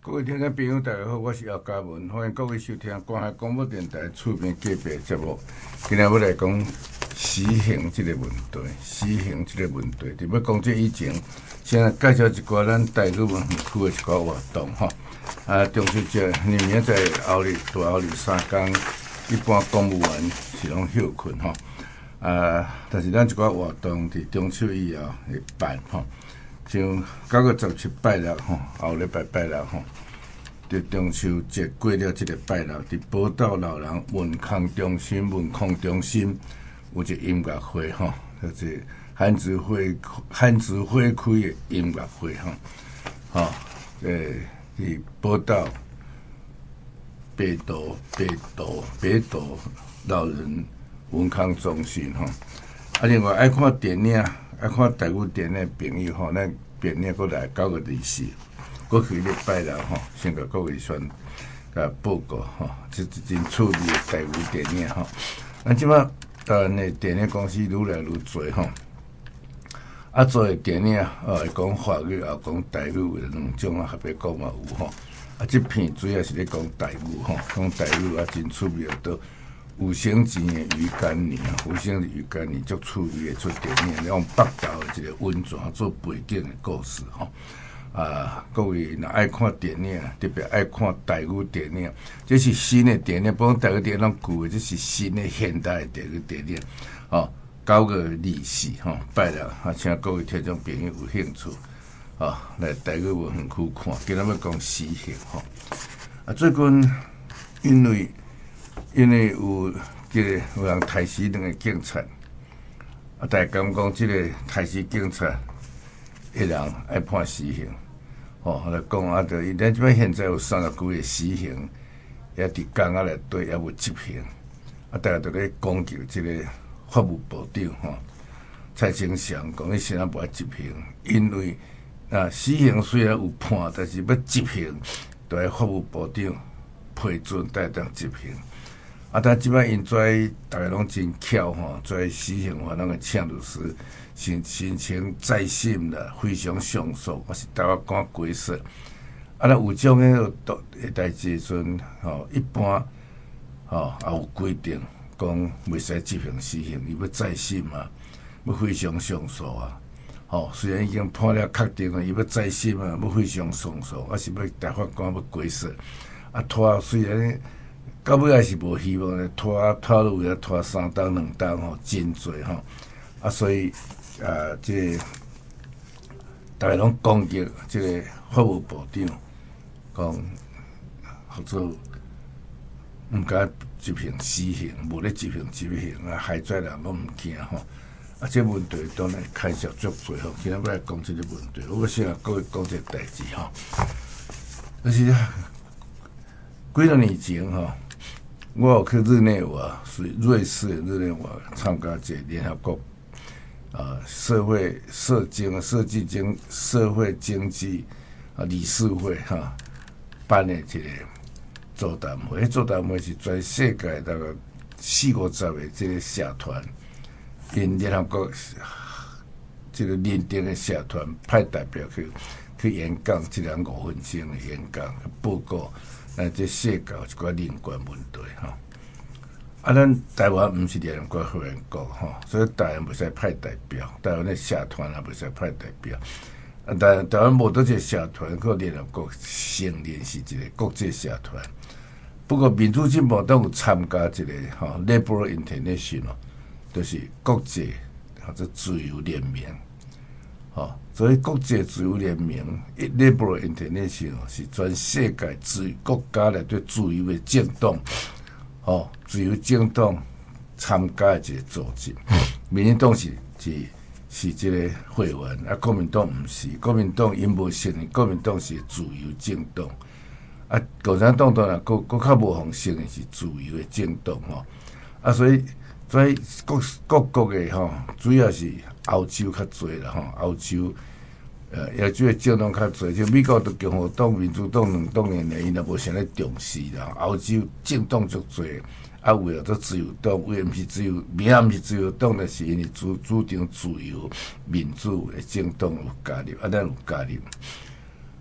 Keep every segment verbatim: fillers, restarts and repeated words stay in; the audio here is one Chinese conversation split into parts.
各位听众朋友，大家好，我是姚嘉文，欢迎各位收听关海广播电台厝边隔壁节目。今日要来讲死刑这个问题，死刑这个问题。伫要讲这以前，先来介绍一寡咱台语文园区的一寡活动吼。啊，中秋节你明在后日大后日三天，一般公务员是拢休困吼。啊，但是咱一寡活动伫中秋以后会办吼。像九月十七拜六吼，后礼拜拜六吼，伫中秋节过了即个拜六，伫宝岛老人文康中心、文康中心有一个音乐会吼，就是汉字会汉字会开的音乐会吼，吼，诶，伫宝岛北岛北岛北岛老人文康中心吼，啊，另外爱看电影。啊，看台语电影的朋友吼，咱电影过来九月二四，过去礼拜六吼，先甲各位宣甲报告吼，这一真趣味的台语电影吼。咱即摆台湾的电影公司愈来愈多吼，啊，做的电影哦，会讲华语，也讲台语的两种啊，合别讲嘛有吼。啊，即片主要是咧讲台语吼，讲台语啊，真趣味的。五星级的鱼干泥啊，五星级鱼干泥足趣味的出电影，用北投的一个温泉做背景的故事吼。啊，各位若爱看电影，特别爱看台语电影，这是新的电影，不讲台语电影拢旧的，这是新的现代的台语电影。哦，九月二四吼，拜六啊，请各位听众朋友有兴趣，哦，来台语文园区看，今仔要讲死刑吼。啊，最近因为因为有即个有人杀死两个警察，啊，大家讲讲即个杀死警察的人爱判死刑，吼、哦，来讲啊，就咱即摆现在有三十几个死刑，也伫监狱内底也无执行，啊，大家都咧攻击即个法务部长吼、哦，蔡清祥讲伊现在无爱执行，因为啊，死刑虽然有判，但是要执行，都要法务部长批准才当执行。啊！但即摆因跩大家拢真巧吼，跩死刑犯拢个请律师申申请再审啦，非常上诉，还是台湾赶规则。啊，咱有种个诶代志时阵吼，一般吼也有规定讲袂使执行死刑，伊要再审嘛，要非常上诉啊。吼，虽然已经判了确定了，伊要再审啊，要非常上诉，还是要大法官要规则。啊，拖虽然。到尾也是无希望咧，拖拖落去拖三档两档吼，真多吼。啊，所以啊，即、这个大家拢攻击即个法务部长，讲或者毋敢执行死刑，无咧执行执行啊，害跩人拢毋惊吼。啊，这问题当然开销足多吼。今日要来讲即个问题，我先甲各位讲一个代志吼，就是几多年前吼。我有去日内瓦，是瑞士的日内瓦参加这联合国啊社会社经设计经社会经济啊理事会哈、啊、办的一个座谈会，迄座谈会是全世界大概四五十个这个社团，因联合国这个认定的社团派代表去去演讲，一人五分钟的演讲报告。咱这世界有一寡人权问题吼，啊，咱台湾毋是联合国会员国吼，所以台湾袂使派代表，台湾的社团也袂使派代表。啊，但台湾无倒一个社团，个联合国承认是一个国际社团。不过民主进步党有参加一个吼 Labour International， 就是国际或者自由联盟。吼，所以国际自由联盟 （Labour International） 是全世界自国家内底自由的政党，吼，自由政党参加的一个组织。民进党是是是这个会员，啊，国民党毋是，国民党因无承认，国民党是自由政党，啊，共产党当然国国较无互承认是自由的政党吼，啊，所以所以各各国的吼，主要是。欧洲较侪啦吼，欧洲呃，亚洲的政党较侪，像美国的共和党、民主党两党人呢，因也无啥咧重视啦。欧洲政党足侪，啊，有诶做自由党，有诶毋是自由，名也毋是自由党，但是因为主主张自由民主的政党有加入，啊，咱有加入。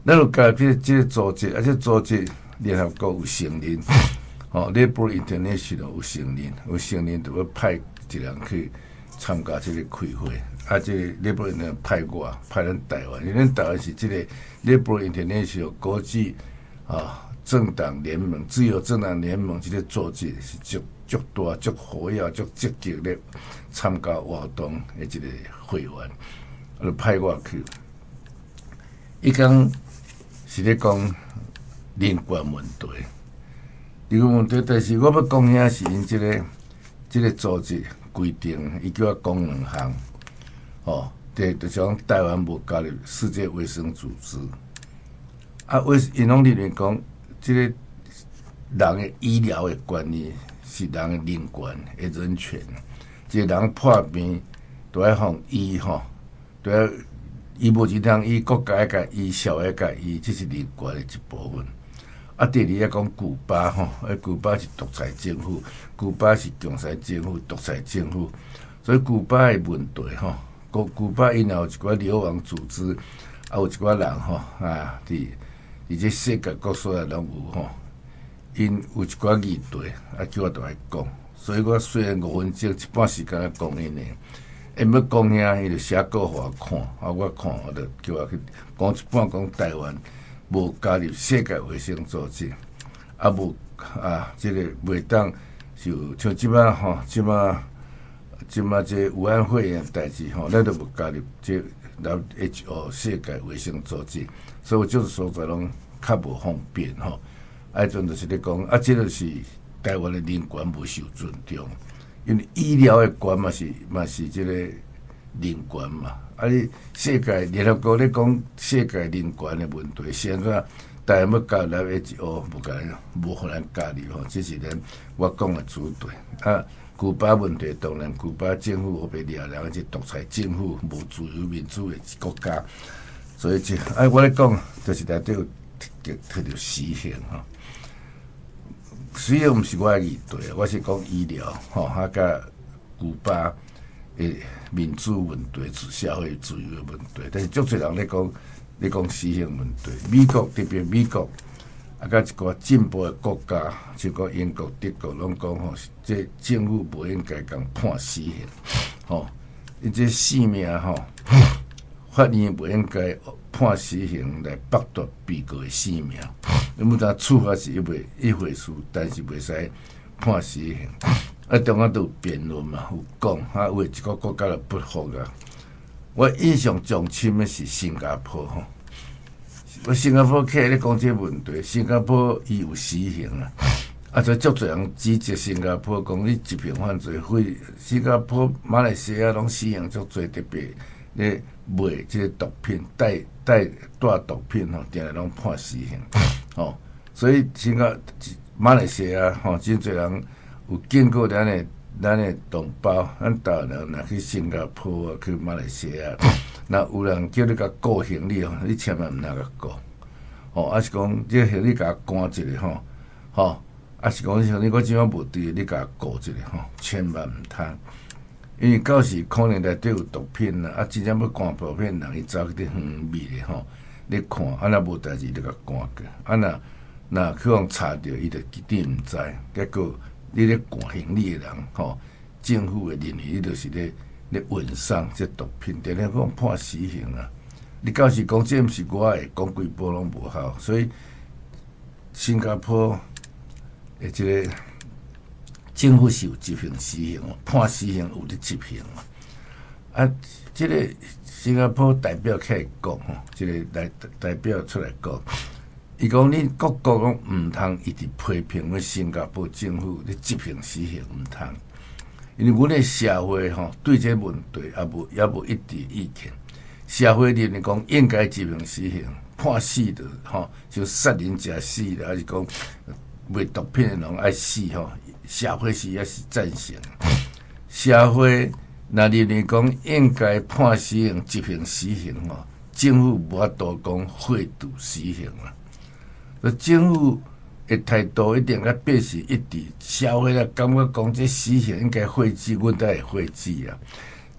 咱有加入即个即个组织，而且组织联合国有承认，吼 ，Labour International 有承认，有承认就要派一人去参加即个开会。啊，即、這個 Labour International 派我，派咱台湾，因为咱台湾是即个 Labour International 国际啊政党联盟、自由政党联盟即个组织是足足大、足活跃、足积极咧参加活动的一个会员，啊，就派我去。伊讲是咧讲人权问题，人权问题，但是我要讲遐是因即、這个即、這个组织规定，伊叫我讲两项。哦，对，就是讲台湾无加入世界卫生组织，啊，卫因拢认为讲，即、這个人的医疗的权利是人的人权的人权，一個人破病都要互醫吼，都要伊無一通醫，國家甲醫，社會甲醫，這是人權的一部分。啊，第二要講古巴吼，啊，古巴是獨裁政府，古巴是共產政府、獨裁政府，所以古巴的問題吼。古古巴因也有一寡流亡組織，啊有一寡人吼啊，佇佇這世界各所在攏有吼，因有一寡議題啊，叫我倒來講，所以我雖然五分鐘一半時間來講因誒，因要講遐，伊就寫稿互我看，啊我看我就叫我去講一半講台灣無加入世界衛生組織，啊無啊，即、這個袂當就像即擺吼，即擺。即馬這武漢肺炎代志吼，咱都無加入這 W H O 世界衛生組織，所以有種所在攏較無方便吼。啊，迄陣就是咧講，啊，這就是台灣的人權無受尊重，因為醫療的權嘛是嘛是這個人權嘛。啊，你世界聯合國咧講世界人權的問題，現在台灣要加入 W H O 無加入，無互咱加入吼，這是咱我講的主題啊。古巴問題當然，古巴政府我被掠人，而且獨裁政府無自由民主的國家，所以即哎，我咧講就是內底有摕摕着死刑吼。死刑毋是我的議題，我是講醫療吼，啊甲古巴的民主問題、社會自由的問題。但是足儕人咧講咧講死刑問題，美國特別美國。啊，甲一個進步的國家，像講英國、德國，攏講吼，這政府無應該共判死刑，吼，伊這性命吼，法院無應該判死刑來剝奪被告的性命。你毋知處罰是一回一回事，但是袂使判死刑。啊，中間都有辯論嘛，有講，啊，有一個國家就不服啊。我印象最深的是新加坡吼。我新加坡客咧講這個問題，新加坡伊有死刑啊，啊，所以足多人指責新加坡講你疾病犯罪，非新加坡、馬來西亞攏死刑足多，特別咧賣即個毒品、帶帶帶毒品吼，定係攏判死刑，吼、哦，所以新加馬來西亞吼，真多人有見過咱的咱的同胞，咱台灣人若去新加坡啊，去馬來西亞。那有人叫你甲顧行李吼，你千萬毋通甲顧，吼，啊是講這個行李甲關一下吼，吼，啊是講行李我即擺無對，你甲顧一下吼，千萬毋通，因為到時可能內底有毒品啦，啊真正要關毒品人，伊走去啲遠味咧吼，你看，啊若無代志，你甲關過，啊若若去互查着，伊就記底毋知，結果你咧關行李的人吼，政府的人員，伊就是咧。咧運送這毒品，定定講判死刑啊！你到時講這毋是我的，講規波攏無效，所以新加坡誒，即個政府是有執行死刑哦，判死刑有咧執行啊！啊，即、這個新加坡代表起來講吼，即、這個代代表出來講，伊講你各國攏毋通一直批評阮新加坡政府咧執行死刑毋通。因為阮的社會吼對這問題也無也無一致意見，社會認為講應該執行死刑，判死的吼，就殺人者死的，還是講賣毒品的人愛死吼，社會是也是贊成。社會若認為講應該判死刑、執行死刑吼，政府無法度講廢除死刑啦。所以政府的態度一定甲表示一致，社會咧感覺講這死刑應該廢止，阮才會廢止啊。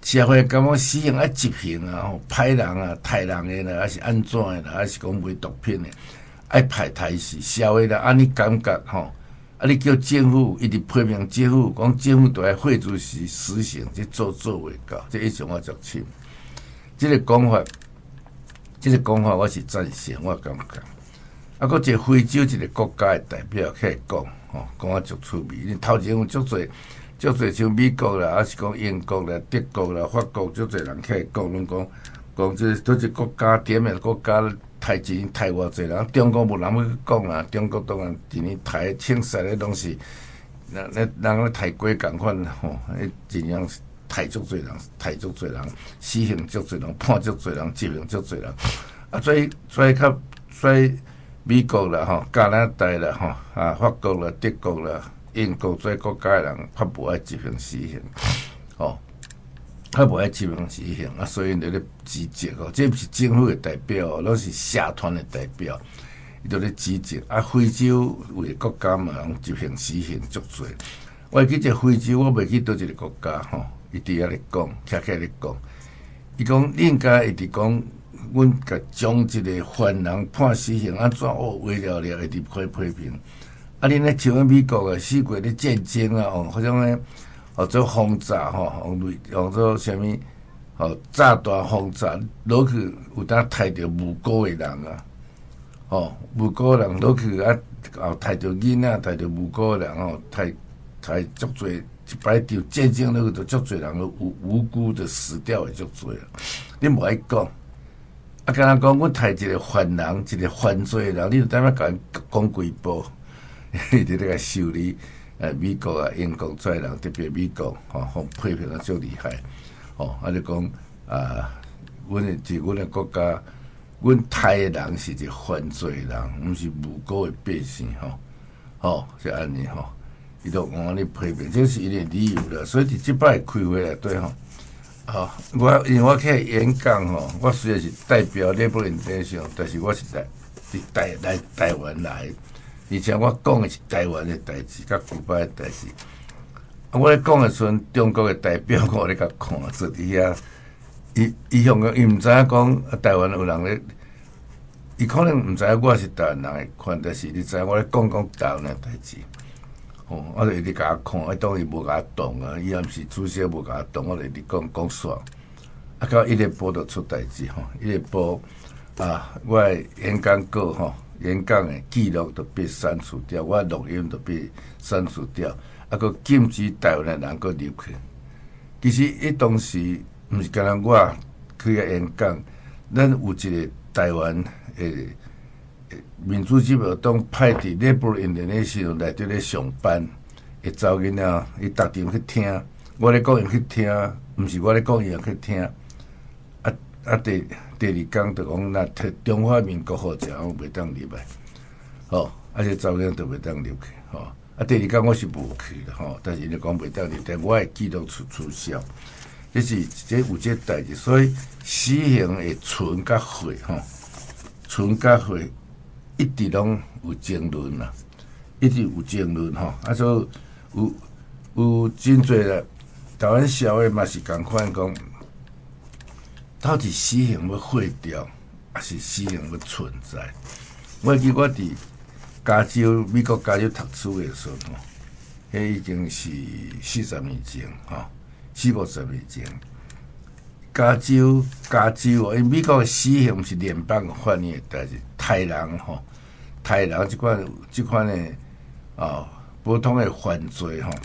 社会感觉死刑爱执行啊，吼，歹人啊、杀人的啦，还是安怎的啦，还是讲卖毒品的，爱排台死。社会啦，安尼感觉吼，啊，你叫政府一直批评政府，讲政府都爱废除死死刑，这做做袂到，这一种我足深。这个讲法，这个讲法我是赞成，我感觉。啊，搁一个非洲一个国家的代表起来讲，吼，讲啊足趣味。你头前有足侪。足侪像美国啦，还是讲英国啦、德国啦、法国，足侪人起来讲，拢讲讲这都是国家点的国家杀钱杀偌侪人，中国无人要去讲啦，中国当然伫呢杀清杀的拢是，那那人咧杀鬼共款吼，迄尽量杀足侪人，杀足侪人，死刑足侪人，判足侪人，执行足侪人，啊，所以所以较所以美国啦吼，加拿大啦吼，啊法国啦、德国啦。英国做国家的人较无爱执行死刑，哦，较无爱执行死刑啊，所以就咧指责哦，这不是政府的代表，拢是社团的代表，伊就咧指责啊。非洲有个国家嘛，人执行死刑足多。我会记一个非洲，我袂记倒一个国家吼，伊伫遐咧讲，徛起来咧讲，伊讲你应该一直讲，阮甲将一个犯人判死刑，安怎哦，为了了一直批批评。啊！恁咧像美国诶，四过咧战争啊，哦，迄种诶，哦做轰炸吼，用用做啥物？哦，炸弹轰炸，落去有当杀着无辜诶人啊！哦，无辜诶人落去啊，后杀着囡仔，杀着无辜诶人哦，杀杀足多，一摆场战争落去，就足多人无无辜的死掉诶，足多啊！你无爱讲，啊，敢若讲阮杀一个犯人，一个犯罪诶人，你就踮遐甲因讲几步？伊伫咧个修理，诶，美国啊、英国跩人，特别美国，吼、哦，互批评啊足厉害，吼、哦，啊，就讲啊，阮诶，是阮诶国家，阮杀诶人是一个犯罪人，毋是无辜诶百姓，吼、哦，吼，是安尼吼，伊都往安尼批评，这是伊诶理由啦。所以伫即摆开会内底吼，啊，我因为我去演讲吼，我虽然是代表内部人代表，但是我是来伫台来台湾来。而且我讲的是台湾的代志，甲古巴的代志。啊，我咧讲的时阵，中国的代表我咧甲看，坐伫遐，伊伊向个伊毋知影讲台湾有人咧，伊可能毋知影我是台湾人的款，但是你知影我咧讲讲台湾的代志。哦，我就一直甲我看，啊，当伊无甲我动啊，伊也毋是主席无甲我动，我就一直讲讲煞。啊，到一日报就出代志吼，一日报啊，我的演讲稿吼。演讲的记录都被删除掉，我录音都被删除掉，啊，佮禁止台湾的人佮入去。其实伊当时毋是干那我去个演讲，咱有一个台湾诶民主进步党派伫内部印尼的时候内底咧上班，会查囡仔，伊逐场去听，我咧讲伊去听，毋是我咧讲伊也去听，啊啊第。第二天就讲，那中华民国号召我袂当入来，吼，啊，这查某囝就袂当入去，吼，啊，第二天我是无去的，吼，但是伊就讲袂当入，但我会记录出取消，这是这有这代志，所以死刑的存甲毁，吼，存甲毁一直拢有争论啦，一直有争论，吼，啊，所以有有真侪啦，台湾社会嘛是共款讲。到底死刑要废掉，还是死刑要存在？我记我伫加州，美国加州读书的时候，迄已经是四十年前，吼，四五十年前。加州，加州哦，因美国的死刑是联邦法院的代志，杀人吼，杀人即款即款的啊，普通的犯罪吼，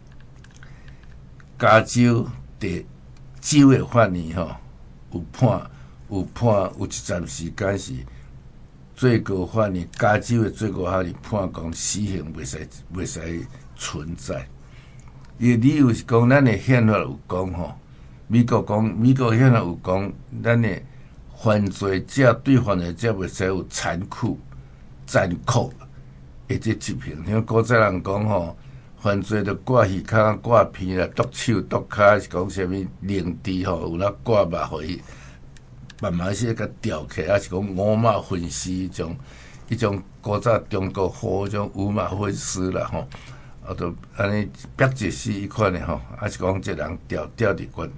加州的州的法院吼。有判有判有一段时间是最高法院，加州的最高法院判讲死刑袂使袂使存在。伊的理由是讲，咱的宪法有讲吼，美国讲美国宪法有讲，咱的犯罪者对犯罪者袂使有残酷、残酷的这执行。像古早人讲吼，犯罪着挂耳孔、挂鼻啦、剁手、剁骹，是讲啥物灵芝吼，有那挂目互伊，慢慢些甲吊起，还是讲五马分尸迄种，迄种古早中国好迄种五马分尸啦吼，啊，就安尼逼一死迄款的吼，还是讲这人吊吊伫悬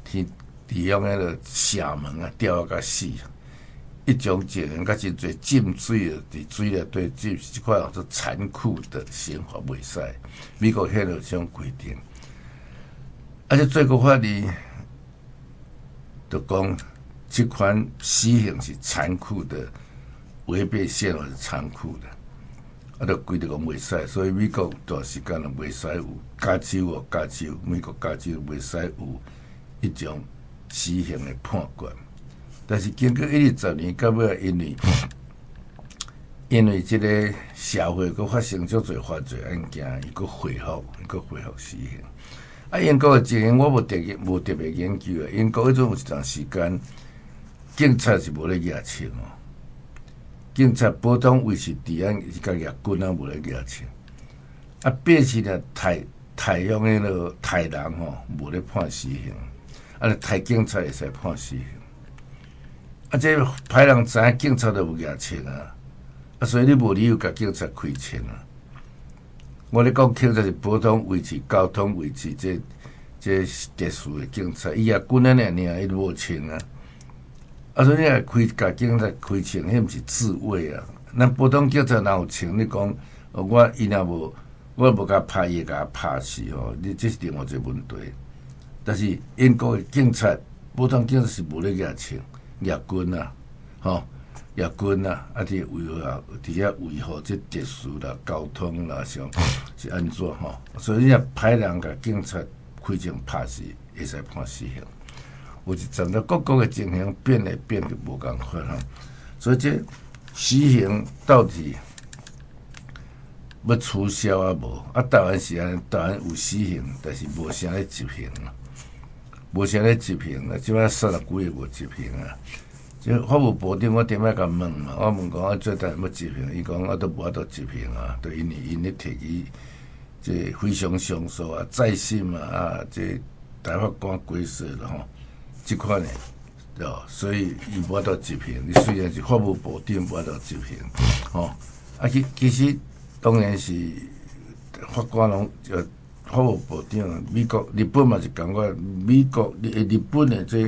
天利用迄个城门啊吊啊甲死，一种情形甲真侪浸水了，伫水内底即即款叫做残酷的刑罚袂使。美国迄个种规定，而且最高法院就讲，即款死刑是残酷的，违背宪法是残酷的。啊，就规定讲袂使，所以美国大时间就袂使有加州哦，加州美国加州袂使有一种死刑的判决。但是经过一二十年到尾，因为因为即个社会佫发生足侪犯罪案件，伊佫恢复，伊佫恢复死刑。啊，英国的情形我无特无特别研究啊。英国迄种有一段时间，警察是无咧举枪哦。警察保障维持治安，是甲举棍啊，无咧举枪。啊，变是咧太太阳迄个太人吼，无咧判死刑。啊，太警察会使判死刑。啊，这歹人知影警察都有举枪啊，啊，所以你无理由甲警察开枪啊。我咧讲，警察是保障维持交通，维持这这特殊的警察，伊也棍啊尔尔，伊无枪啊。啊，所以你若开甲警察开枪，迄毋是自卫啊。咱普通警察若有枪，你讲，我伊若无，我无甲拍伊，甲拍死吼，你这是另外一个问题。但是英国的警察，普通警察是无咧举枪、举棍啊，吼，举棍啊，啊，伫维护啊，伫遐维护这特殊啦、交通啦，像是安怎吼？所以你若歹人甲警察开枪拍死，会使判死刑。有一阵子各国的情形变来变去无共款吼，所以这死刑到底要取消啊无？啊，台湾是安尼，台湾有死刑，但是无啥咧执行啊，无啥咧执行啊，即摆三十几个无执行啊。即法务部长我顶摆甲问嘛，我问讲啊，最大要执行，伊讲啊都无法度执行啊，就因为因咧提起即非常上诉啊、再审啊啊，即大法官规说了吼。即款诶，哦，所以伊无法度执行。你虽然是法务部长，无法度执行，吼、哦。啊，其其实当然是法官拢，呃，法务部长，美国、日本嘛是共款，美国、日日本诶这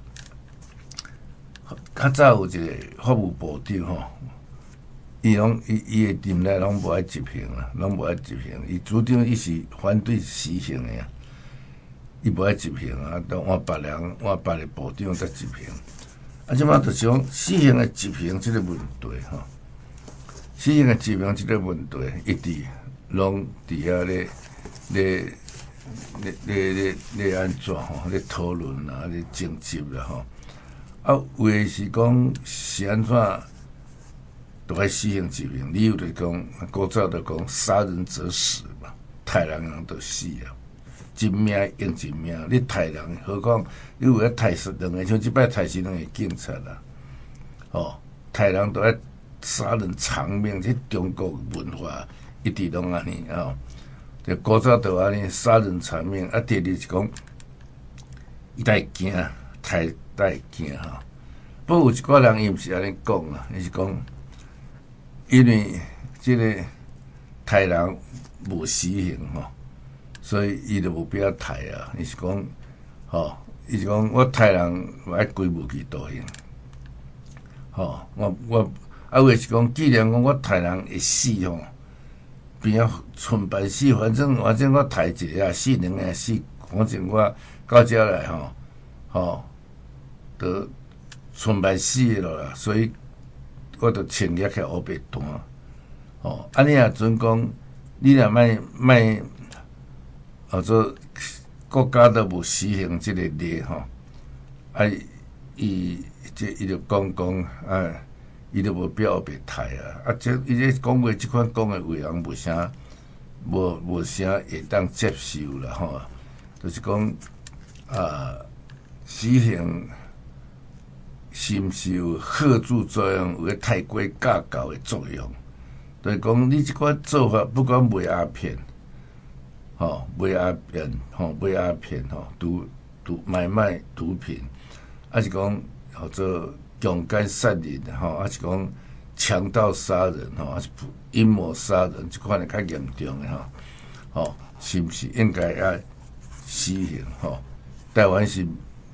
较早有一个法务部长吼，伊拢伊伊诶任内拢无爱执行啦，拢无爱执行。伊主张伊是反对死刑诶啊。伊无爱执行啊，都换别人，换别个部长才执行。啊，即摆就是讲死刑的执行即个问题吼，死刑的执行即个问题，一直拢伫遐咧咧咧咧咧咧安怎吼？咧讨论啊，咧争执啦吼。啊，有诶是讲是安怎都爱死刑执行，理由就是讲古早就讲杀人者死嘛，杀人人就死啊。一命用一命，你杀人，何况你有咧杀死两个，像即摆杀死两个警察啦，哦，杀人都要杀人偿命，这中国文化一直拢安尼哦。就古早都安尼杀人偿命，啊，第二是讲伊才会惊，杀才会惊吼。不过有一寡人伊毋是安尼讲啊，伊是讲因为即个杀人无死刑吼。所以伊就无必要杀啊！伊是讲，吼，伊是讲我杀人我爱归无期徒刑，吼，我我啊，有诶是讲，既然讲我杀人会死吼，边啊剩办死，反正反正我杀一个啊，死两个死，反正我到遮来吼，吼，都剩办死诶咯啦，所以我就穿起来黑白单，吼，安尼也准讲，你若莫莫。或者国家都无实行即个例吼，啊，伊即伊就讲讲啊，伊就无必要被杀啊，啊，即伊咧讲话即款讲诶话，人无啥无无啥会当接受啦吼，就是讲啊，死刑是毋是有吓阻作用，有咧太过教教诶作用？就是讲你即款做法，不管卖鸦片。吼，卖鸦片，吼，卖鸦片，吼，毒毒买卖毒品，还是讲或者强奸杀人，吼，还是讲强盗杀人，吼，还是阴谋杀人，即款诶较严重诶，吼，吼，是毋是应该要死刑？吼，台湾是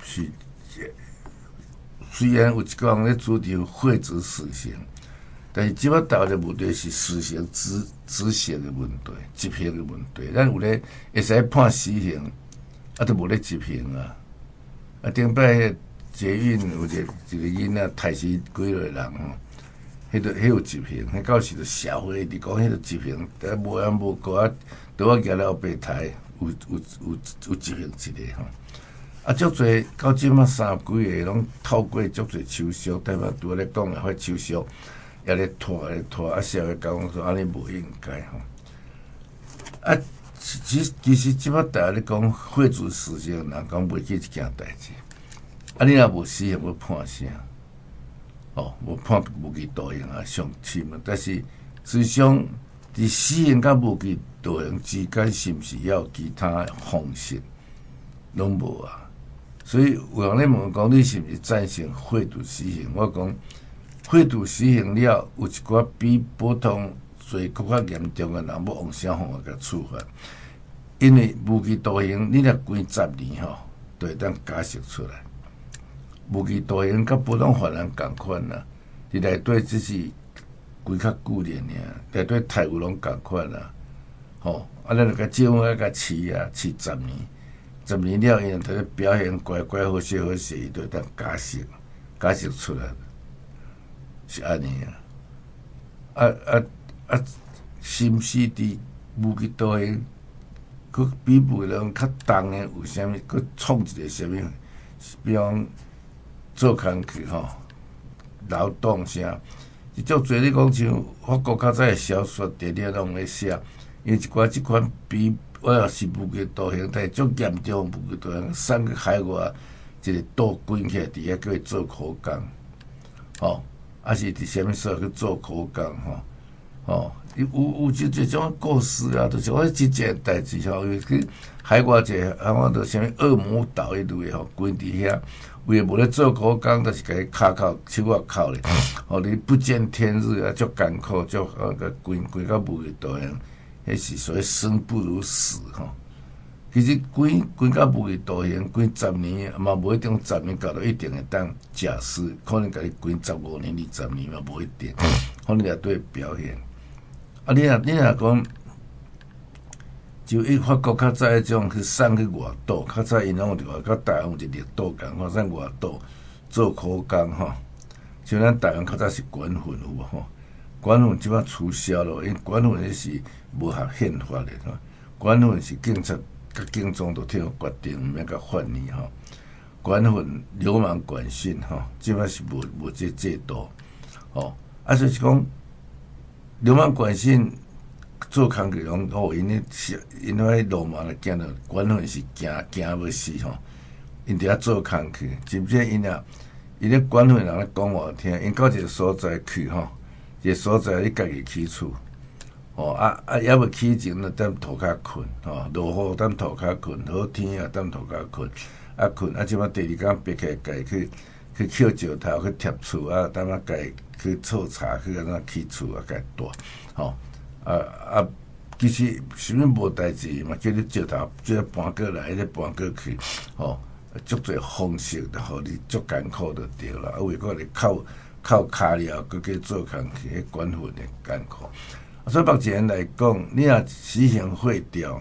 是虽然有一个人咧主张废止死刑，但是即摆台湾的问题是死刑执执行的问题、执行的问题。咱有咧会使判死刑，啊，都无咧执行啊。啊，顶摆捷运有一个一个囡仔杀死几个人吼，迄个迄有执行，迄到时就社会伫讲迄个执行，但无缘无故啊，倒我行了后白台有有有有执行一个吼。啊，足侪到即马三几个拢透过足侪手续，代表拄咧讲诶，迄手续也咧拖咧拖，啊，社会讲说安尼无应该吼。啊，其其实即摆大家咧讲废除死刑，人讲袂记一件代志。啊，你若无死刑要判啥？哦，无判无期徒刑啊，上轻嘛。但是实际上，伫死刑甲无期徒刑之间，是毋是要有其他方式？拢无啊。所以有人咧问讲，你是毋是赞成废除死刑？我讲废除死刑了，有一寡比普通罪搁较严重的人，要用啥方法甲处罚？因为无期徒刑，你若关十年吼，就会当假释出来。无期徒刑甲普通犯人共款啦，伫内底只是关较久点尔，内底太有拢共款啦。吼，啊，咱著甲政府啊甲饲啊，饲十年。十年了，因就表现乖乖好势好势，伊就当假释，假释出来，是安尼啊。啊啊啊！是毋是伫无期徒刑，佮比别人较重诶？有啥物？佮创一个啥物？比方做工去吼，劳动啥？是足侪你讲像法国较早诶小说、电影拢咧写，因为一寡即款比。我若是无期徒刑，但是足严重无期徒刑，送去海外一个岛关起来，伫遐叫伊做苦工，吼，啊是伫啥物所去做苦工，吼，吼，有有即即种故事啊，就是我即件代志吼，因去海外一个啊，我着啥物恶魔岛迄类吼，关伫遐，为无咧做苦工，就是甲伊骹扣手啊扣咧，吼，你不见天日啊，足艰苦，足啊个关关到无期徒刑。迄是所谓生不如死吼，其实关关到无期徒刑，关十年嘛无一定十年搞到一定会当假释，可能甲你关十五年、二十年嘛无一定，可能也对表现。啊，你若你若讲，就伊法国较早迄种去送去外岛，较早因拢有伫外甲台湾有一个岛共，看送外岛做苦工吼，像咱台湾较早是管混有无吼？管混即摆取消咯，因为管混迄是无合宪法的吼。管混是警察甲警总都听决定，毋免甲犯你吼。管混流氓管训吼，即摆是无无这制度吼。啊，就是讲流氓管训做工课拢哦，因咧因迄流氓来惊着管混是惊惊要死吼。因伫遐做工课，真正因啊，因咧管混人咧讲我听，因到一个所在去吼。一个所在你家己起厝，吼啊啊，还要起前呢，踮涂骹困，吼落雨踮涂骹困，好天啊踮涂骹困，啊困啊，即摆第二天爬起来，家己去去捡石头去贴厝啊，踮啊家己去炒茶去安怎起厝啊，家己住，吼啊啊，其实啥物无代志嘛，叫你石头即个搬过来，迄个搬过去，吼足侪方式，互你足艰苦就对啦，啊为个咧靠。靠骹了，佮去做工去，迄管混的艰苦。所以目前来讲，你若死刑废掉，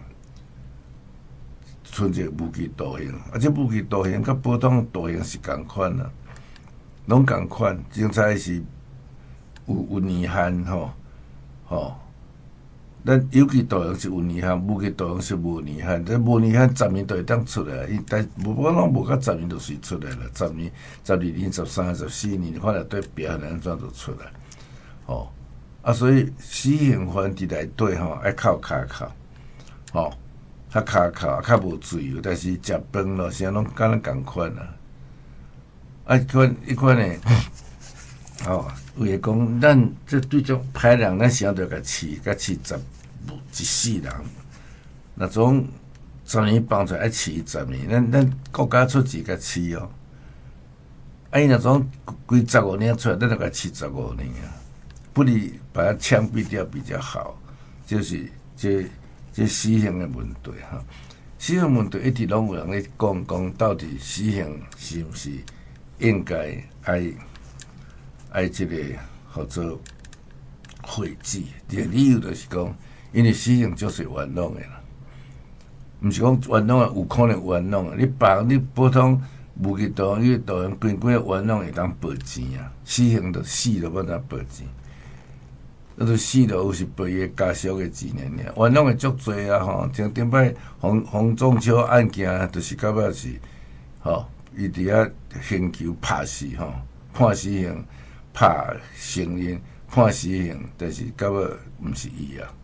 剩一个无期徒刑，啊，这无期徒刑甲普通徒刑是共款啦，拢共款。警察是有有年限吼，吼。咱有期徒刑是有年限，无期徒刑是无年限。这无年限十年就会当出来，伊但无可能无到十年就是出来了。十年、十二年、十三、十四年，看来对表现安怎就出来。吼啊，所以死刑犯伫内底吼爱靠骹靠，吼较骹靠较无自由，但是食饭咯，啥拢敢若共款啊。啊，迄款迄款诶，吼。为讲，咱这对种歹人，咱想着甲饲，甲饲十一世人，那种十年放出来爱饲十年，咱咱国家出钱甲饲哦。啊，伊那种规十五年出来，咱就甲饲十五年啊，不如把它枪毙掉比较好。就是这这死刑的问题哈。 死刑问题一直拢有人咧讲讲，到底死刑是毋是应该爱爱即个叫做废止？个理由就是讲，因为死刑就是冤枉的啦，毋是讲冤枉啊，有可能冤枉啊。你绑你普通无期徒刑，徒刑关几啊冤枉会当赔钱啊，死刑就死了，要当赔钱。那都死了，有是赔伊家属的钱尔尔，冤枉的足多啊吼！像顶摆洪洪仲秋案件，就是到尾是吼，伊伫遐刑求拍死吼，判死刑拍成因，判死刑，但是到尾毋是伊啊，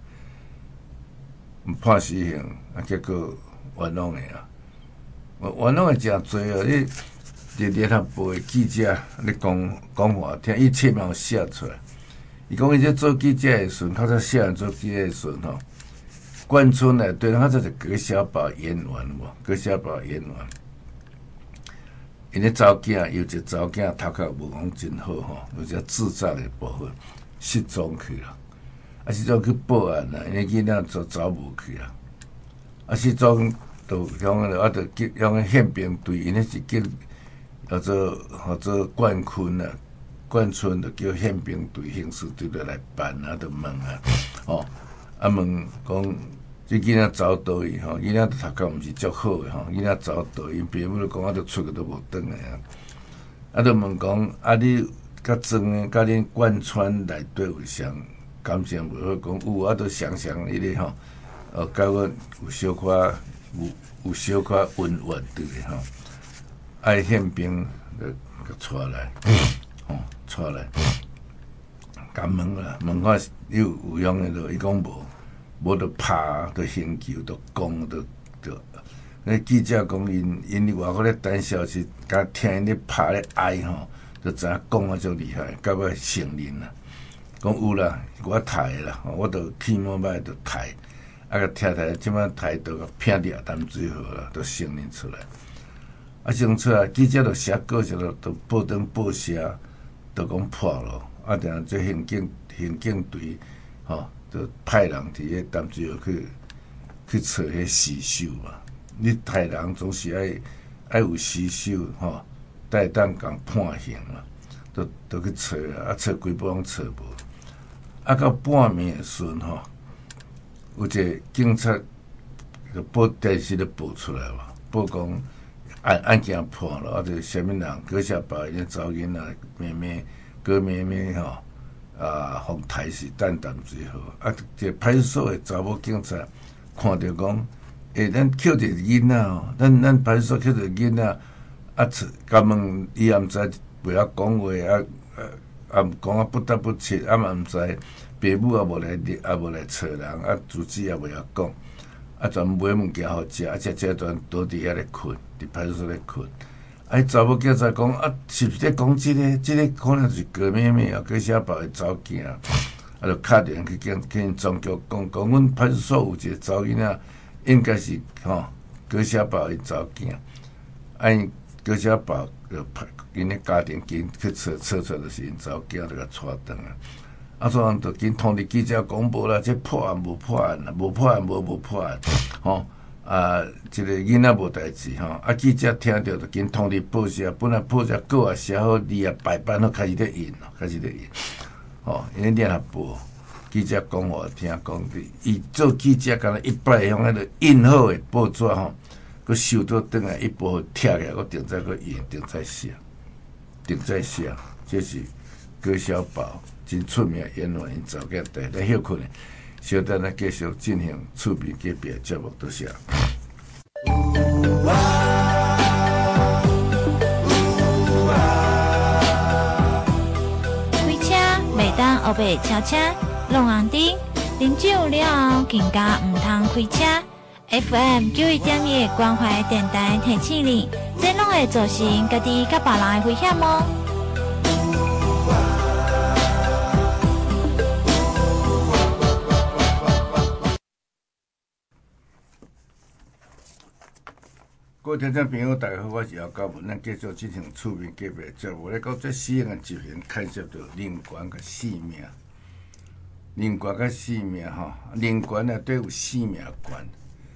判死刑啊，结果冤枉的啊，冤枉的诚多哦！你日日他报记者咧讲讲话听，伊册嘛有写出来。伊讲伊这做记者的时阵，较早写人做记者的时阵吼，关村内对，较早是葛小宝演员无？葛小宝演员，因咧查某囝有一个查某囝头壳无讲真好吼，有一个智障的部分失踪去了，啊失踪去报案啦，因为囡仔就找无去啦，啊失踪就向啊就叫向宪兵队，因迄是叫叫做叫做冠坤啦。冠村就叫宪兵队、刑事队就来办啊，就问啊，哦，啊问讲，这囡仔走倒去吼，囡仔读壳毋是足好诶吼，囡仔走倒，因父母就讲啊，都出去都无转来啊，啊，就问讲，啊你较庄诶，甲恁贯穿内底有啥感情无好？讲有啊，都常常迄个吼，呃，甲阮有小可有有小可恩怨对诶吼，爱宪兵就甲带来。哦，出来，甲问啦，问看有有用诶落，伊讲无，无就拍，就刑求，就讲，就就。那记者讲因因伫外口咧等消息，甲听因咧拍咧哀吼，就知影讲啊足厉害，到尾承认啦。讲有啦，我杀诶啦，我著起码摆著杀，啊，甲拆拆，即摆杀著甲拼掠淡水河啦，著承认出来。啊，承认出来，记者著写稿就著报登报社。就讲破咯，啊！定下这刑警刑警队吼，就派人伫迄淡水河去去找迄尸首嘛。你杀人总是爱爱有尸首吼，才会当共判刑嘛。都都去找啊，啊找规部拢找无。啊，到半暝的时阵吼，有一个警察就报电视咧报出来嘛，报讲。案案件破了，啊！就啥物人搁下把伊查囡仔妹妹、葛妹妹吼啊，互杀死等淡水河。啊，这派出所的查某警察看着讲，诶，咱捡着囡仔哦，咱咱派出所捡着囡仔，啊，甲问伊也毋知袂晓讲话，啊啊啊，讲啊不得不切，啊嘛毋知，父母也无来，也无来找人，啊，主治也袂晓讲。啊，全买物件互食，啊，食食全倒伫遐咧困，伫派出所咧困。啊，迄查某警察讲啊，是毋是咧讲即个？即个可能是郭妹妹啊，搁写报的走囝，啊，就敲电去跟跟因总局讲，讲阮派出所有一个查囡仔，应该是吼搁写报的走囝，啊，因搁写报就派因咧家庭紧去找找出来，就是因查某囝就甲带转啊。啊，所以人就紧通知记者讲无啦，这破案无破案啦，无破案无无破案，吼啊，一个囡仔无代志吼，啊记者听到就紧通知报社，本来报社稿也写好，字也排版好，开始咧印咯，开始咧印，吼，因咧念下报，记者讲互听讲，伊做记者敢若一摆用迄个印好诶报纸吼，佮收到转来一包拆起来，佮定再佮印，定再写，定再写，这是郭小宝。真出名演员，因早间在咧休困咧，稍等咱继续进行厝边隔壁的节目，多谢。 开车袂当后背超车，弄红灯，啉酒了后更加毋通开车。F M 九一点一关怀电台提醒你，这拢会造成家己甲别人的危险哦。 各位听众朋友，大家好，我是姚嘉文，咱继续进行厝边隔壁节目。咧讲这死刑的执行，牵涉到人权甲性命，人权甲性命吼，人权内底有性命权。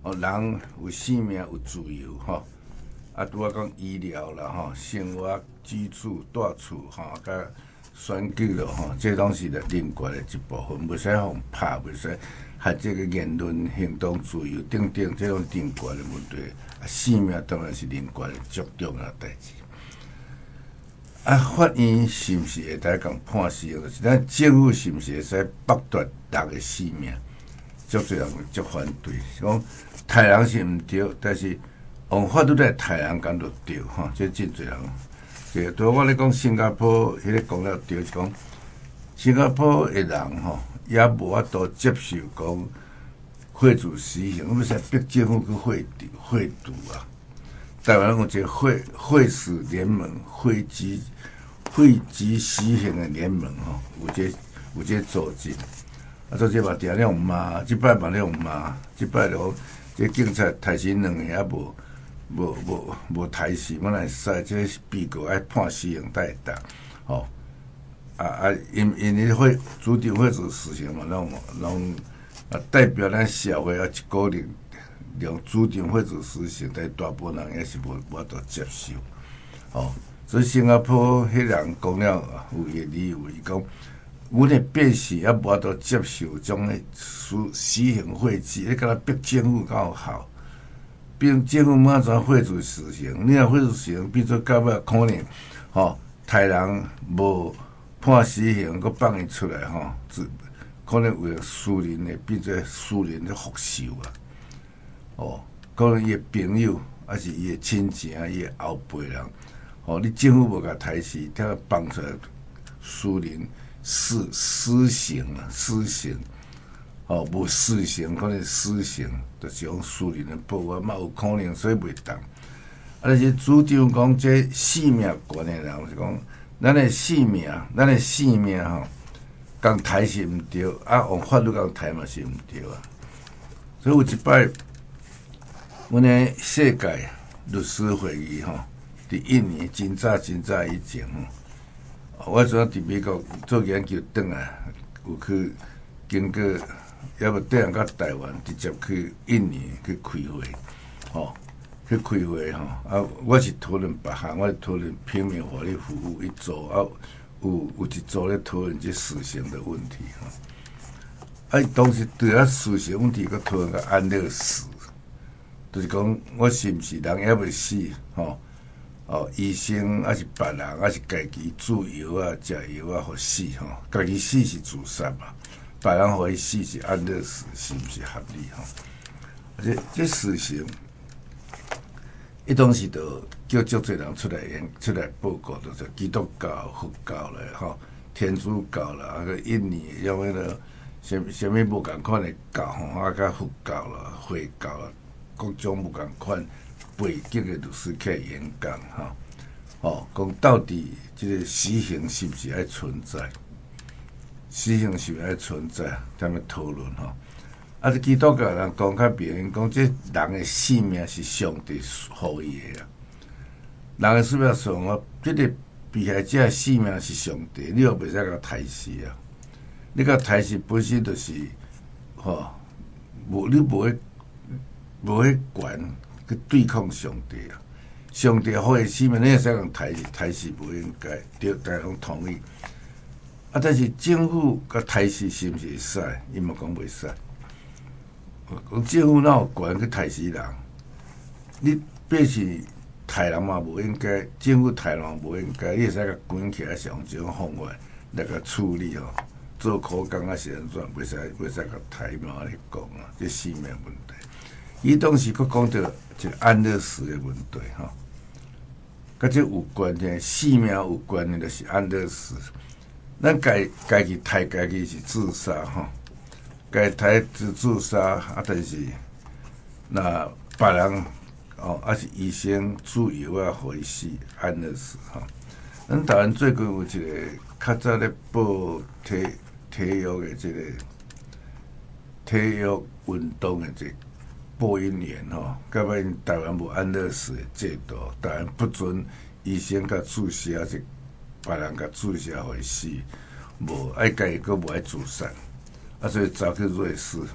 哦，人有性命有自由吼，啊，拄啊讲医疗啦吼，生活居住住厝吼，甲选举咯吼，这拢是人权的一部分，袂使互拍，袂使限制个言论行动自由等等，这种人权的问题。啊，性命当然是人权的最重要代志。啊，法院是毋是会当讲判死刑？就是咱政府是毋是会使剥夺人的性命？足侪人足反对，讲杀人是毋对，但是用法律来杀人敢就对吼，这真侪人。这对我咧讲，新加坡迄个讲了对，是讲新加坡的人吼，也无法度接受讲废除死刑，要使逼政府去废除废除啊。台湾有一个废废死联盟、废止废止死刑的联盟吼，有这有这组织。啊，做这嘛定咧用骂，即摆嘛咧用骂，即摆就这警察抬死两个也无无无无抬死，我来使这被告爱判死刑才会当，吼、哦、啊啊，因因为会主张废除死刑嘛，拢拢啊代表咱社会啊一股力量主张废除死刑，但大部分人也是无无法度接受，哦，所以新加坡迄人讲了有伊理由，伊讲。阮的变是也无法度接受种的死死刑废止，你敢若逼政府较有效，逼政府马怎废除死刑？你若废除死刑，变做到尾可能吼，杀人无判死刑，佮放伊出来吼，可能为了私人的变做私人的复仇啊！哦，可能伊的朋友，还是伊的亲情，伊的后辈人，哦，你政府无甲杀死，听放出来私人。私私刑啊，私刑，哦，无私刑，可能私刑，就是用私人的保护嘛，有可能所以袂当。啊，但是主张讲这性命悬的人是讲，咱的性命，咱的性命吼，讲刣是毋对，啊，用法律讲刣嘛是毋对啊。所以有一摆，阮的世界律师会议吼，伫印尼真早真早以前吼。我阵伫美国做研究，转来有去经过，也无转来到台湾，直接去印尼去开会，吼、哦，去开会吼。啊，我是讨论别项，我是讨论平民法律服务一组，啊，有有一组咧讨论这死刑的问题，吼、啊，当时对啊死刑问题，佮讨论个安乐死，就是讲我是毋是人也未死，吼、哦。哦，医生还是别人，还是家己注药啊、食药啊，互死吼。家己死是自杀嘛，别人互伊死是安乐死，是毋是合理吼？这这死刑，伊当时就叫足侪人出来演出来报告，就是基督教、佛教啦，吼，天主教啦，啊个印尼因为了，什什物无共款的教吼，啊甲佛教啦、回教啦，各种无共款。背景的律师起来演讲，哈，哦，讲到底这个死刑是不是爱存在？死刑是不是爱存在？他们讨论哈。啊，这基督教人讲较明显，讲这人的性命是上帝予伊的啊。人的生命上啊，这个被害者的性命是上帝，你又袂使甲刣死啊！你甲刣死本身就是，吼、哦，无你无去无去管。去对抗上帝啊！上帝予伊生命，你会使讲刣死，刣死无应该，对大家拢同意。啊，但是政府甲刣死是毋是会使？伊嘛讲袂使。讲政府哪有权去刣死人？你必是刣人嘛无应该，政府刣人无应该，你会使甲关起来，上这种方法来甲处理吼。做苦工啊是安怎？袂使袂使甲刣嘛咧讲啊，这生命问题。伊当时佫讲到一个安乐死的问题吼，甲这有关的，性命有关的，就是安乐死。咱家家己刣家己是自杀吼，家刣自自杀啊，但是那别人哦，还是医生注药啊，互伊死安乐死吼。咱台湾最近有一个较早咧报体体育的这个体育运动的这个。播音员吼，甲尾台湾无安乐死的制度，台湾不准医生甲注射，还是别人甲注射互伊死，无爱家己佫无爱自杀，啊，所以走去瑞士，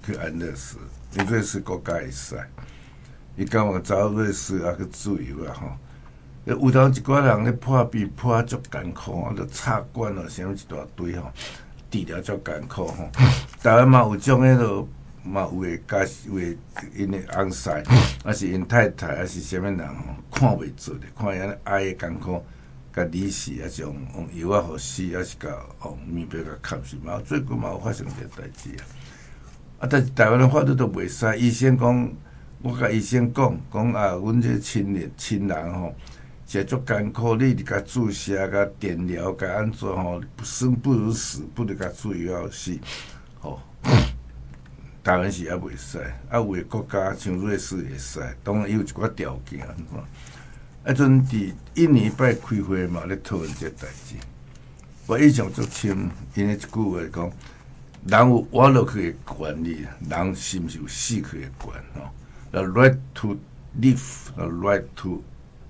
去安乐死，因瑞士国家会使，伊讲我走瑞士啊去自由啊吼。有当一寡人咧破病破啊足艰苦，啊，着插管咯，啥物一大堆吼，治疗足艰苦吼。台湾嘛有种迄落。嘛有诶，家有诶，因诶翁婿，还是因太太，还是啥物人吼，看袂做咧，看伊安尼哀诶艰苦，甲离死，还是用用药啊互死，还是甲用面壁甲吸死，嘛最近嘛有发生这代志啊。啊，但是台湾诶法律都袂使，医生讲，我甲医生讲，讲啊，阮这亲人亲人吼，是足艰苦，你伫甲注射、甲电疗、甲安怎吼，生不如死，不如甲注药死，吼。台湾是也袂使，啊有诶国家像瑞士会使，当然伊有一寡条件，安怎？啊，阵伫印尼拜开会嘛，咧讨论这代志。我印象足深，因为一句话讲，人有活落去诶权利，人是毋是有死去诶权吼？啊 ，right to live， 啊 ，right to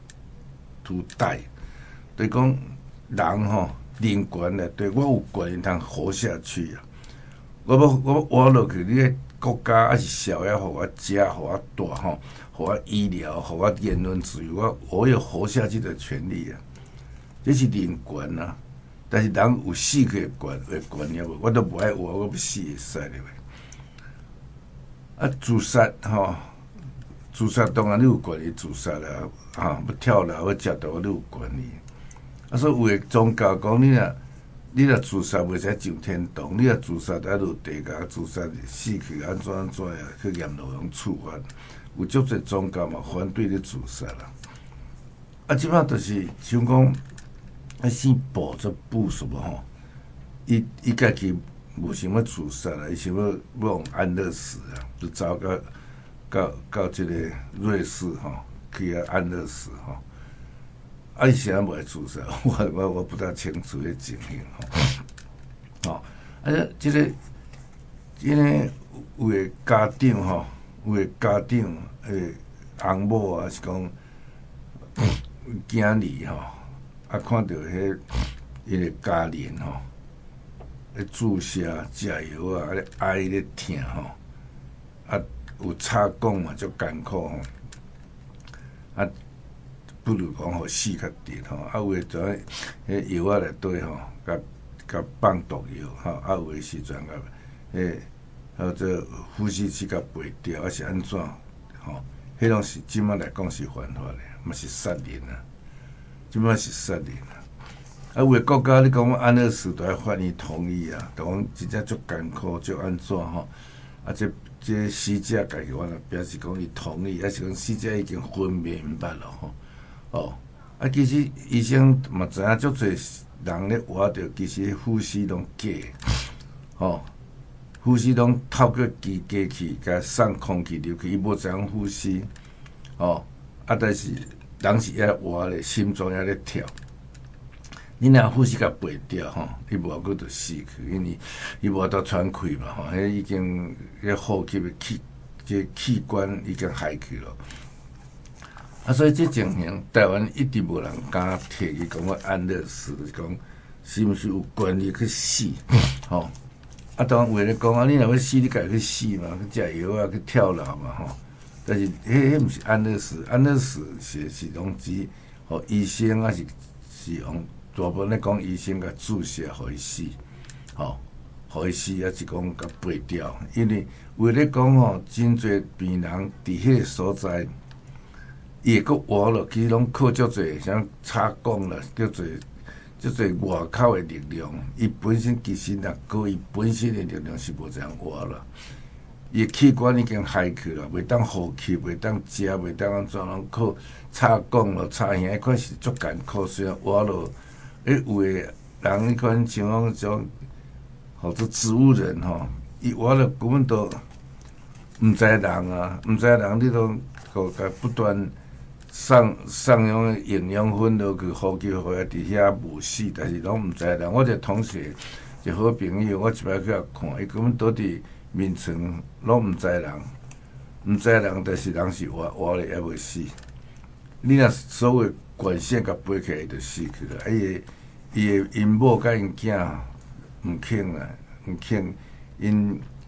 to die， 就是讲人吼人权咧，对我有权利通活下去啊。我要我活落去，你个国家还是社会，互我食，互我住吼，互我医疗，互我言论自由，我我有活下去的权利啊！这是人权啊！但是人有死去的权的权利无？我都无爱活，我要死会使了啊！自杀吼，自杀当然你有权利自杀啦，啊，要跳楼要食毒你有权利。啊，所以有诶宗教讲你若。你若自杀袂使上天堂，你若自杀在落地下自杀死去安怎安怎啊？去阎罗王处罚，有足侪宗教嘛反对你自杀啦。啊，即摆就是像讲，啊，先步则步什么吼？伊伊家己无想要自杀啦，伊想要要用安乐死啊，就走到到到即个瑞士吼，去啊安乐死吼。啊！伊啥无爱自杀？我我我不大清楚迄情形吼。哦，啊，即个即个有诶家长吼，有诶家长诶翁某啊，是讲囝儿吼，啊，看到迄迄个家人吼，咧注射食药啊，咧哀咧疼吼，啊，有插管嘛，足艰苦吼，啊。不如讲互死较直吼，啊有诶种迄药仔内底吼，甲甲放毒药吼，啊有诶时阵甲迄或者呼吸器甲拔掉，啊是安怎吼？迄拢是即摆来讲是犯法诶，嘛是杀人啊！即摆是杀人啊！啊有诶国家你讲安乐死都要法院同意啊，就讲真正足艰苦，足安怎吼？啊这这死者家己我若表示讲伊同意，还是讲死者已经昏迷毋捌咯吼？哦，啊，其实医生嘛知影，足侪人咧活着，其实呼吸拢假，哦，呼吸拢透过机机器甲送空气入去，伊无怎样呼吸，哦，啊，但是人是也活咧，心脏也咧跳，你若呼吸甲拔掉吼，伊无过就死去，因为伊无得喘气嘛，吼，迄已经迄呼吸的器，即器官已经害去了。啊，所以这情形，台湾一直无人敢提起讲个安乐死，就是讲是毋是有权利去死？吼、哦，啊，当然话咧讲啊，你若要死，你家去死嘛，去食药啊，去跳楼嘛，吼、哦。但是，迄迄毋是安乐死，安乐死是是拢指，吼医生啊是是用大部分咧讲医生甲注射互伊死，吼、哦，互伊死啊是讲甲拔掉，因为话咧讲吼，真侪病人伫迄个所在。伊会阁活落去，拢靠足侪像插管啦，叫做足侪外口的力量。伊本身其实若靠伊本身的力量是无这样活啦。伊器官已经害去啦，袂当呼吸，袂当食，袂当安怎，拢靠插管咯、插遐，迄款是足艰苦。虽然活落，诶，有诶人迄款像讲种，或者植物人吼，伊活落根本都毋知人啊，毋知人，你都个甲不断。送送种营养分落去，呼吸互伊伫遐无死，但是拢毋知人。我一个同学，一个好朋友，我一摆去遐看，伊根本倒伫眠床，拢毋知人，毋知人，但是人是活活咧，还袂死。你若所有管线甲拔起来，伊就死去了。伊个伊个因某甲因囝毋肯啦，毋肯，因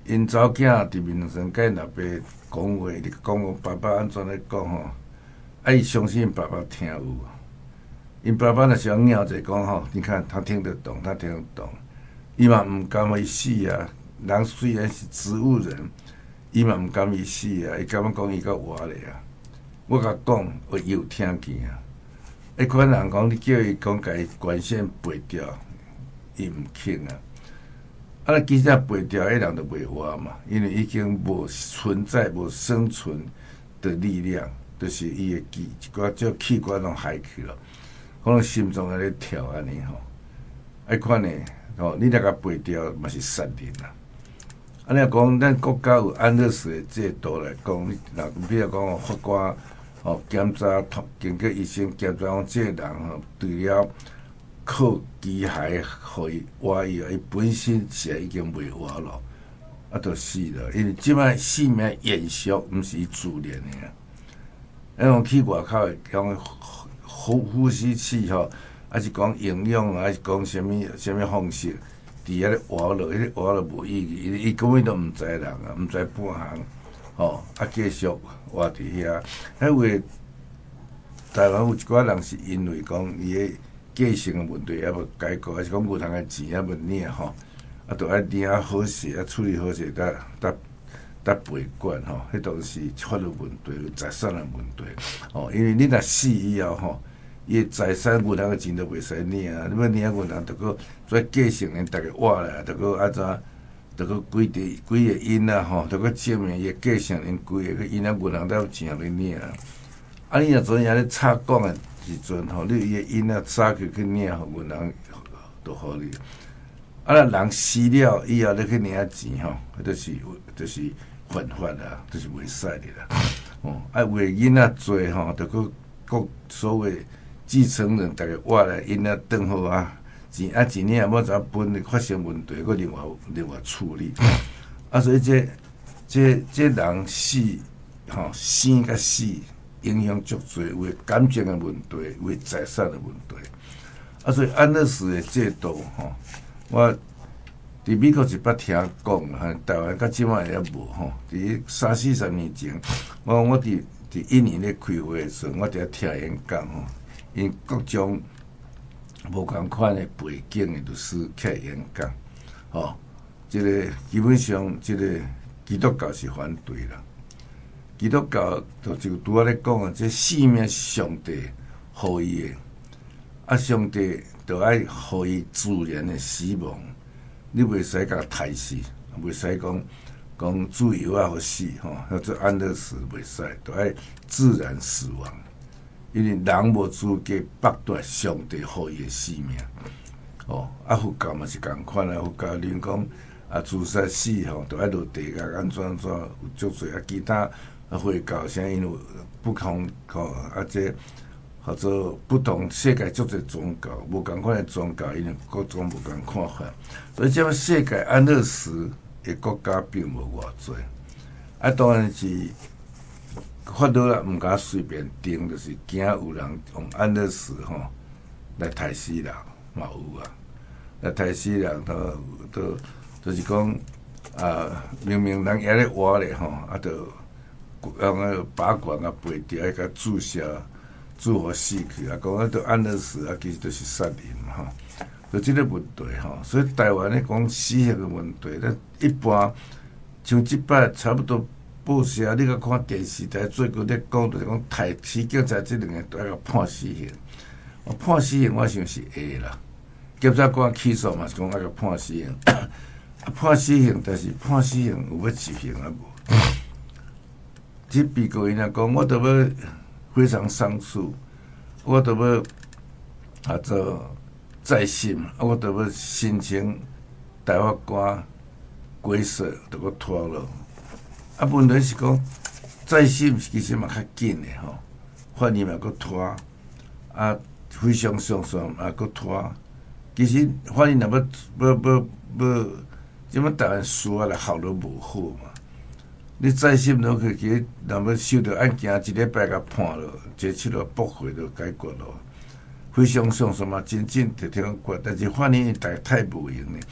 因查某囝伫面前甲因阿爸讲话，你讲讲爸爸安怎咧讲吼？啊，伊相信因爸爸听有。因爸爸若是用鸟者讲吼，你看他听得懂，他听得懂。伊嘛毋甘伊死啊！人虽然是植物人，伊嘛毋甘伊死啊！伊敢要讲伊较活咧啊！我甲讲，伊有听见啊！迄款人讲，你叫伊讲，甲伊关线背掉，伊毋肯啊！啊，其实背掉，迄人就袂活嘛，因为已经无存在、无生存的力量，就是伊的气，一寡少器官拢害去了，可能心脏在咧跳安尼吼。迄款呢，吼，你若甲背掉，嘛是杀人啦。啊，你若讲咱国家有安乐死的制度来讲，你若比如讲法官吼检查，经过医生检查讲，这个人吼除了靠机械互伊活伊啊，伊本身是已经袂活咯，啊，就死了。因为即摆生命延续，毋是自然的啊。咱讲去外口的讲呼呼吸器吼，还是讲营养啊，还是讲啥物啥物方式，伫遐咧活落，迄咧活落无意义，伊伊根本都毋知人啊，毋知半项，吼，啊继续活伫遐。迄位台湾有一寡人是因为讲伊个继承的问题还无解决，还是讲银行的钱还无领吼，啊，著爱领啊好势，啊处理好势，搭搭搭赔管吼，迄都是法律问题、财产的问题。哦，因为你若死以后吼，伊的财产银行的钱都袂使领啊，你要领银行，著搁做继承人，逐个活来，著搁安怎，著搁规地几个因仔吼，著搁证明伊继承人规个，因仔银行才有钱来领啊。啊，你若昨下咧插讲的时阵吼，你伊个因仔早去去领，互银行就互你。啊，若人死了以后，你去领钱吼，迄著是著是犯法啦，著是袂使的啦。哦，啊，为囡仔做吼，著搁各所谓继承人，逐个活来，因仔转好啊，钱啊钱领无怎分，发生问题，搁另外另外处理。啊，所以这这这人死吼，生甲死。影响足侪，为感情的问题，为财产的问题。啊，所以安乐死的制度吼，我伫美国是捌听讲啦，台湾到即摆也无吼。伫三四十年前，我我伫伫印尼咧开会的时候，我伫遐听演讲吼，因各种无共款的背景的律师开演讲，吼，即个基本上即个基督教是反对啦。基督教就就拄仔咧讲啊，这生命是上帝予伊的，啊，上帝就爱予伊自然的死亡，你袂使甲杀死，袂使讲讲自由啊，互死吼，或者安乐死袂使，就爱自然死亡，因为人无资格剥夺上帝予伊的生命。哦，啊，佛教嘛是共款啊，佛教恁讲啊，自杀死吼，就爱落地狱安怎安怎，有足侪啊，其他。啊，回教啥因有不同吼，啊，这或者不同世界足侪宗教，无共款的宗教，因为各种无共看法，所以即个世界安乐死的国家并无偌济。啊，当然是法律啦，毋敢随便定，就是惊有人用安乐死吼来杀死人，嘛有啊，来杀死人，都都就是讲啊，明明人也咧活咧吼，啊，就。用个拔管啊，背掉，迄个注射，注互死去啊！讲啊，都安乐死啊，其实都是杀人嘛，吼，就即个问题吼。所以台湾咧讲死刑的问题，咱一般像即摆差不多报社，你甲看电视台最近咧讲，就是讲台市警察即两个都要判死刑。我判死刑，我想是会啦。检察官起诉嘛是讲要甲判死刑，啊判死刑，但是判死刑有要执行啊无？即被告因啊讲，我都要非常上诉，我都要啊做再审，啊我都要申请大法官归诉，都要拖落。啊，问题是讲再审其实嘛较紧的吼，法院嘛搁拖，啊非常上诉嘛搁拖。其实法院若要要要要，即摆台湾司法来效率无好嘛。你再审落去，其实若要收到案件，一礼拜甲判了，坐七落驳回就解决咯。非常上诉嘛，真正就听决，但是法院大太无用咧。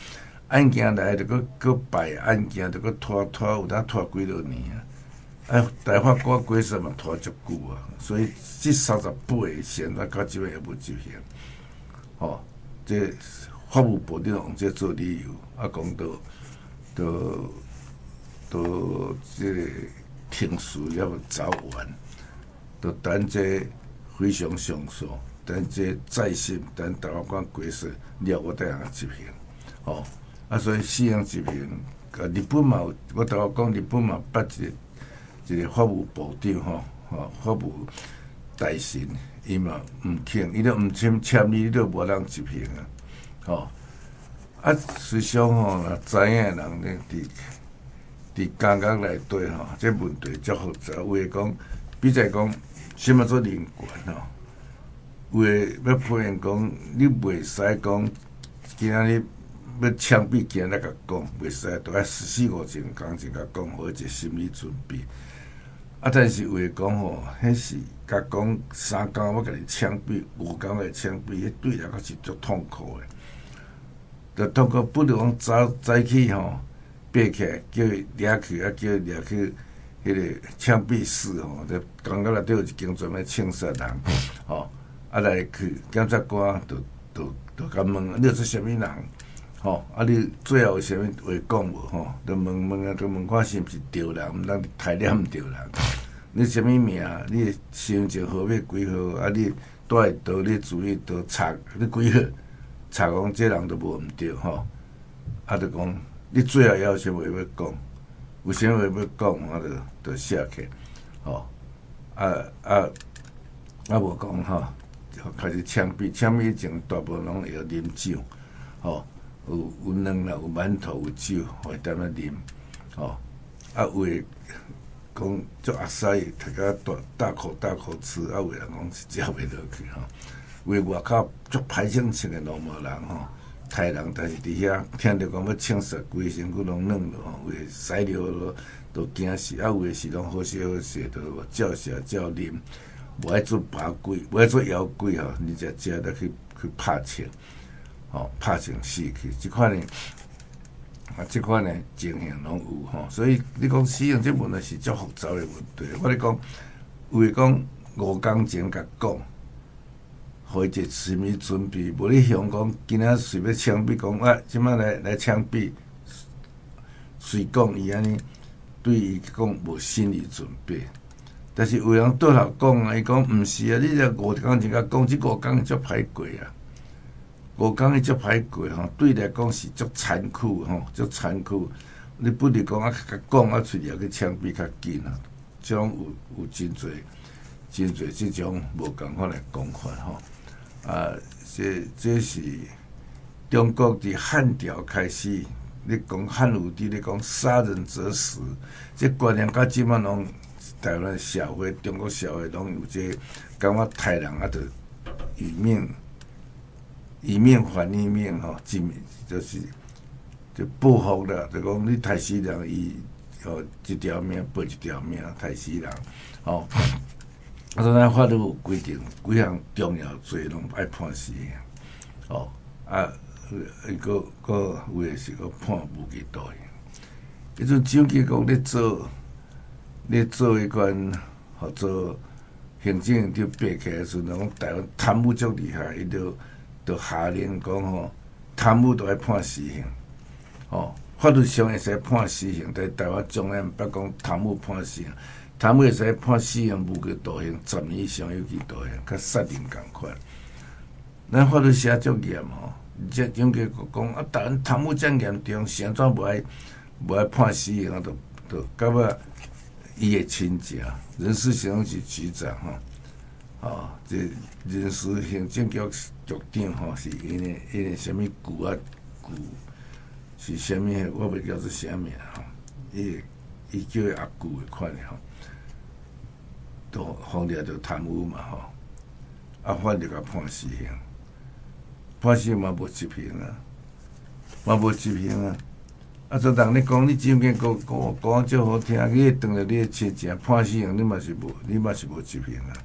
案件来，着搁搁摆案件，着搁拖拖，有当拖几落年啊！啊，大法官规说嘛拖足久啊，所以这三十八个现在到即摆也无执行。吼，这法务部长用这做理由，啊，讲到到到这个庭事也无走完，就等这非常上诉，等这再审，等大法官规说了，我再行执行。吼，啊，所以死刑执行，啊，日本嘛有，我头我讲日本嘛捌一个一个法务部长吼，吼法务大臣。伊嘛毋肯，伊都毋签签字，伊都无人执行啊！吼、啊，实际上吼，若知影诶人咧，伫伫监狱内底吼，这问题足复杂。有诶讲，比如讲，什么做人权吼？有诶要批评讲，你袂使讲，今仔日要枪毙，今仔日甲讲，袂使，都爱十四五钟工前甲讲，好一个心理准备。啊，但是有诶讲吼，迄是。甲讲三工要甲你枪毙，五工来枪毙，迄对来讲是足痛苦诶。就通过不如讲早早起吼，爬起来叫伊掠去，啊叫伊掠去迄个枪毙室吼，就监狱内底有一间专门枪杀人，吼，啊来去检察官就就就甲问，你是啥物人？吼，啊你最后有啥物话讲无？吼，就问问啊，就问看是毋是着人，毋通太念毋着人。你啥物名？你身份证号码几号？啊，你住伫倒？你住伫倒？查你几号？查讲这人都无毋对吼。啊，就讲你最后还有啥话要讲？有啥话要讲？啊，就就写起。吼，啊啊啊！无讲吼，开始枪毙，枪毙以前大部分拢会晓啉酒，吼，有有卵啦，有馒头，有酒，会踮咧啉，吼，啊有诶。讲足阿屎，大家大大口大口吃，啊有人讲是食袂落去吼。为外口足歹性情诶罗马人吼，台人，但是伫遐听着讲要枪杀，规身躯拢软了吼，有诶屎尿咯都惊死，啊有诶是拢好势好势，都照食照啉，无爱做把鬼，无爱做妖鬼吼，你才食得去去拍枪，吼拍枪死去，即款呢。啊，即款诶情形拢有吼，所以你讲死刑即问题是足复杂诶问题。我咧讲，有诶讲五工前甲讲，互伊一个心理准备，无你想讲今仔随要枪毙，讲啊，即摆来来枪毙，随讲伊安尼对伊讲无心理准备。但是有人倒头讲啊，伊讲毋是啊，你这五工前甲讲，即五工足歹过啊。五工伊足歹过吼，对来讲是足残酷吼，足残酷。你不如讲啊，甲讲啊，出来去枪毙较紧啊，即种有有真侪真侪即种无共款诶讲法吼。啊，这这是中国伫汉朝开始，你讲汉武帝咧讲杀人者死，这观念到即满拢台湾社会、中国社会拢有这感觉台人啊，着以命。以命还一命吼，即就是就报复啦。就讲你杀死人，伊哦一条命报一条命，杀死人吼。啊，所以咱法律有规定，几项重要罪拢爱判死刑。哦，啊，伊个个有诶是个判无期徒刑。迄阵蒋介石咧做咧做迄款，或做行政院长爬起来时阵，讲台湾贪污足厉害，伊就。就下令讲吼，贪污都爱判死刑，吼，法律上会使判死刑，但台湾从来毋捌讲贪污判死刑，贪污会使判死刑无期徒刑，十年以上有期徒刑，甲杀人共款。咱法律写足严吼，即蒋介石讲啊，台湾贪污遮严重，是安怎无爱无爱判死刑啊？都都到尾伊诶亲戚，人事行政局局长吼。哦，这人事行政局局长吼是因个因个什么句啊句是什么？我袂晓做啥名吼，伊伊叫伊阿句的款的吼，都放了就贪污嘛吼，啊法律甲判死刑，判死刑嘛无执行啊，嘛无执行啊，啊做人咧讲你蒋介石讲讲讲足好听，你当着你亲戚判死刑，你嘛是无你嘛是无执行啊。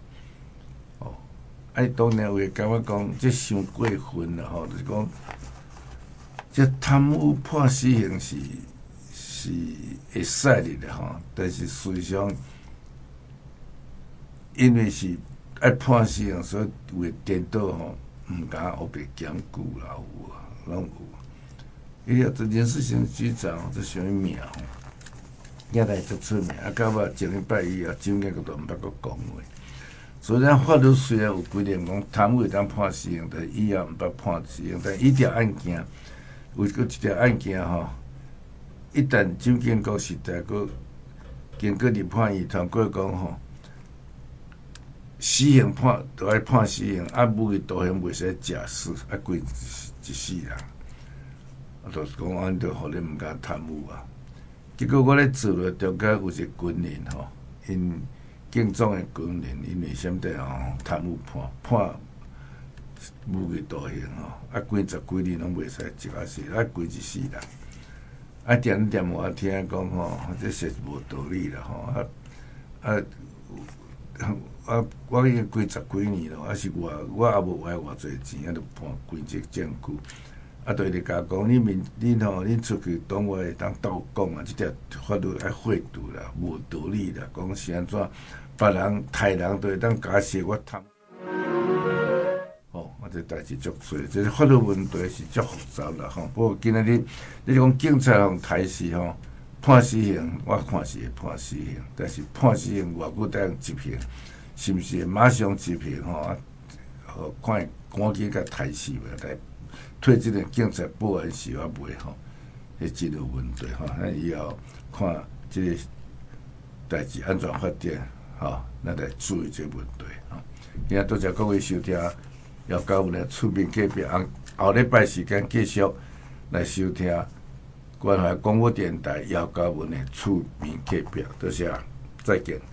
啊，当然有诶感觉讲，这伤过分啦吼，就是讲， 这贪污判死刑是是会使哩的吼，但是实际上因为是爱判死刑，所以为颠倒吼，毋敢黑白检举啦有啊，拢有。伊要这件事情局长这什么名吼，也来足出名，啊到尾前礼拜以后，蒋经国都毋捌阁讲话。所以咱法律虽然有规定讲贪污会当判死刑，但以后毋捌判死刑。但伊条案件，有个一条案件吼，一旦蒋经国时代阁经过立法院通过讲吼，死刑判都爱判死刑，啊无期徒刑袂使假释，啊关一世人。啊，就是讲安着互你毋敢贪污啊。结果我咧做落中间有一个军人吼，因。警总的军人因为啥物地吼贪污判判无期徒刑吼，啊关十几年拢袂使一下死，啊关一世人，啊点点我听讲吼，这是无道理啦吼，啊啊啊我已经关十几年咯，啊是我我也无坏偌济钱，啊就判关这证据，啊对你甲讲，你面你吼你出去讲话会当斗讲啊，即条法律爱废除啦，无道理啦，讲是安怎？别人害人都会当假设我贪，哦，我这代志足多，这法律问题是足复杂啦吼。不过今仔日你讲警察用台死吼判死刑，我看是会判死刑，但是判死刑偌久才用执行，是毋是会马上执行吼？啊，好看赶紧甲台死袂来退这个警察保安是啊袂吼，迄真有问题吼。咱以后看这个代志安怎发展。吼，咱来注意这问题吼。今仔多谢各位收听，姚嘉文的厝边隔壁，后礼拜时间继续来收听关怀广播电台姚嘉文的厝边隔壁，多谢，再见。